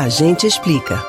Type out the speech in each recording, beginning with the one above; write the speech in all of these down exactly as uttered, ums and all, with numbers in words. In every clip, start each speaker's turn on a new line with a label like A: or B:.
A: A gente explica.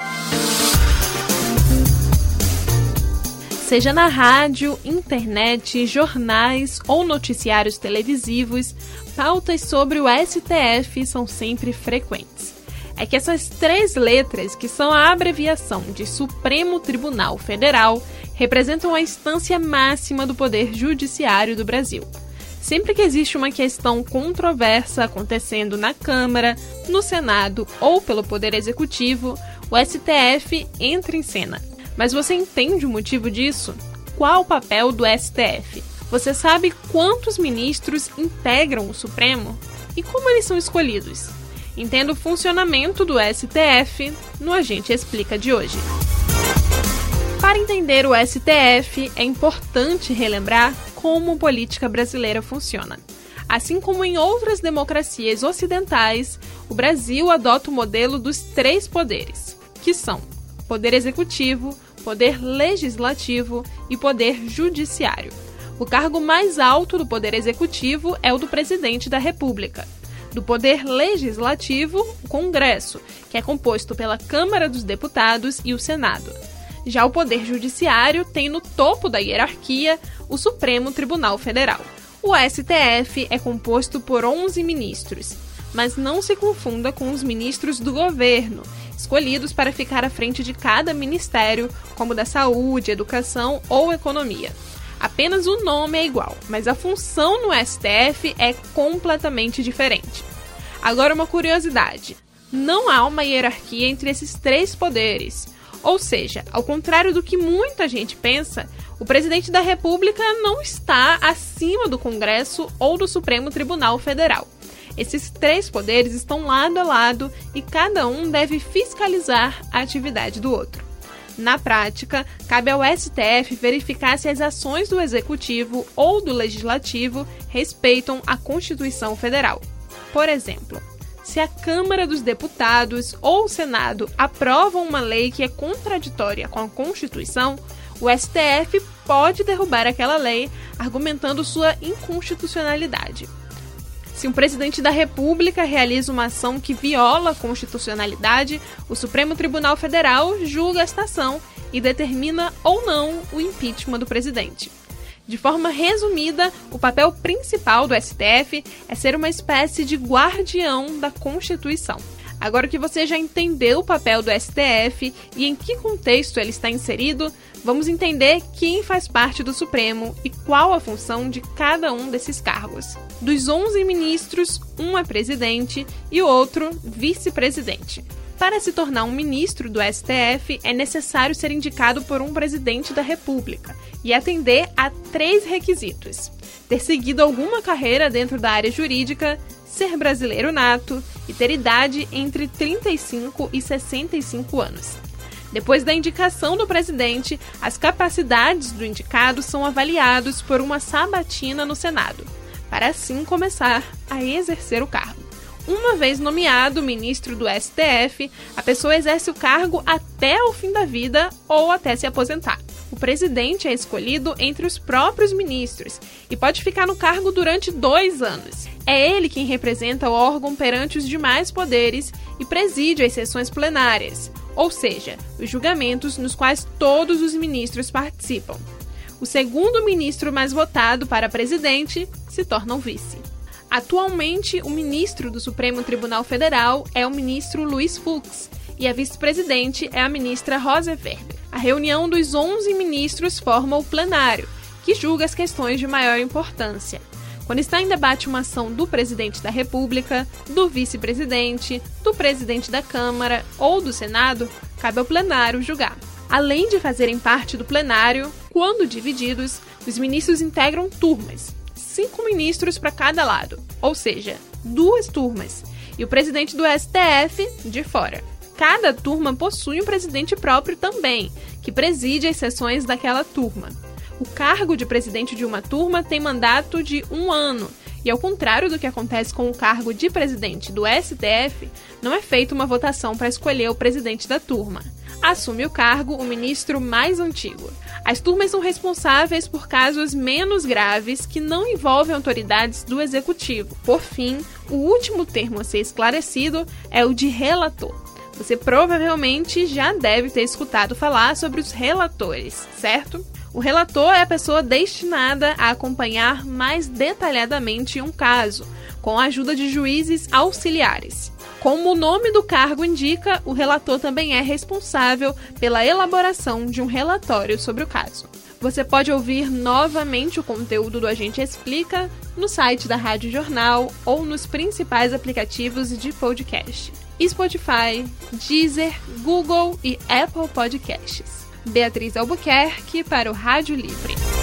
B: Seja na rádio, internet, jornais ou noticiários televisivos, pautas sobre o S T F são sempre frequentes. É que essas três letras, que são a abreviação de Supremo Tribunal Federal, representam a instância máxima do Poder Judiciário do Brasil. Sempre que existe uma questão controversa acontecendo na Câmara, no Senado ou pelo Poder Executivo, o S T F entra em cena. Mas você entende o motivo disso? Qual o papel do S T F? Você sabe quantos ministros integram o Supremo? E como eles são escolhidos? Entenda o funcionamento do S T F no A Gente Explica de hoje. Para entender o S T F, é importante relembrar como a política brasileira funciona. Assim como em outras democracias ocidentais, o Brasil adota o modelo dos três poderes, que são Poder Executivo, Poder Legislativo e Poder Judiciário. O cargo mais alto do Poder Executivo é o do Presidente da República. Do Poder Legislativo, o Congresso, que é composto pela Câmara dos Deputados e o Senado. Já o Poder Judiciário tem no topo da hierarquia o Supremo Tribunal Federal. O S T F é composto por onze ministros, mas não se confunda com os ministros do governo, escolhidos para ficar à frente de cada ministério, como da Saúde, Educação ou Economia. Apenas o nome é igual, mas a função no S T F é completamente diferente. Agora, uma curiosidade: não há uma hierarquia entre esses três poderes. Ou seja, ao contrário do que muita gente pensa, o presidente da República não está acima do Congresso ou do Supremo Tribunal Federal. Esses três poderes estão lado a lado e cada um deve fiscalizar a atividade do outro. Na prática, cabe ao S T F verificar se as ações do Executivo ou do Legislativo respeitam a Constituição Federal. Por exemplo, se a Câmara dos Deputados ou o Senado aprovam uma lei que é contraditória com a Constituição, o S T F pode derrubar aquela lei, argumentando sua inconstitucionalidade. Se um presidente da República realiza uma ação que viola a constitucionalidade, o Supremo Tribunal Federal julga esta ação e determina ou não o impeachment do presidente. De forma resumida, o papel principal do S T F é ser uma espécie de guardião da Constituição. Agora que você já entendeu o papel do S T F e em que contexto ele está inserido, vamos entender quem faz parte do Supremo e qual a função de cada um desses cargos. Dos onze ministros, um é presidente e o outro vice-presidente. Para se tornar um ministro do S T F, é necessário ser indicado por um presidente da República e atender a três requisitos: ter seguido alguma carreira dentro da área jurídica, ser brasileiro nato e ter idade entre trinta e cinco e sessenta e cinco anos. Depois da indicação do presidente, as capacidades do indicado são avaliadas por uma sabatina no Senado, para assim começar a exercer o cargo. Uma vez nomeado ministro do S T F, a pessoa exerce o cargo até o fim da vida ou até se aposentar. O presidente é escolhido entre os próprios ministros e pode ficar no cargo durante dois anos. É ele quem representa o órgão perante os demais poderes e preside as sessões plenárias, ou seja, os julgamentos nos quais todos os ministros participam. O segundo ministro mais votado para presidente se torna o vice. Atualmente, o ministro do Supremo Tribunal Federal é o ministro Luiz Fux e a vice-presidente é a ministra Rosa Weber. A reunião dos onze ministros forma o plenário, que julga as questões de maior importância. Quando está em debate uma ação do presidente da República, do vice-presidente, do presidente da Câmara ou do Senado, cabe ao plenário julgar. Além de fazerem parte do plenário, quando divididos, os ministros integram turmas, cinco ministros para cada lado, ou seja, duas turmas, e o presidente do S T F de fora. Cada turma possui um presidente próprio também, que preside as sessões daquela turma. O cargo de presidente de uma turma tem mandato de um ano, e ao contrário do que acontece com o cargo de presidente do S T F, não é feita uma votação para escolher o presidente da turma. Assume o cargo o ministro mais antigo. As turmas são responsáveis por casos menos graves que não envolvem autoridades do executivo. Por fim, o último termo a ser esclarecido é o de relator. Você provavelmente já deve ter escutado falar sobre os relatores, certo? O relator é a pessoa destinada a acompanhar mais detalhadamente um caso, com a ajuda de juízes auxiliares. Como o nome do cargo indica, o relator também é responsável pela elaboração de um relatório sobre o caso. Você pode ouvir novamente o conteúdo do A Gente Explica no site da Rádio Jornal ou nos principais aplicativos de podcast: Spotify, Deezer, Google e Apple Podcasts. Beatriz Albuquerque para o Rádio Livre.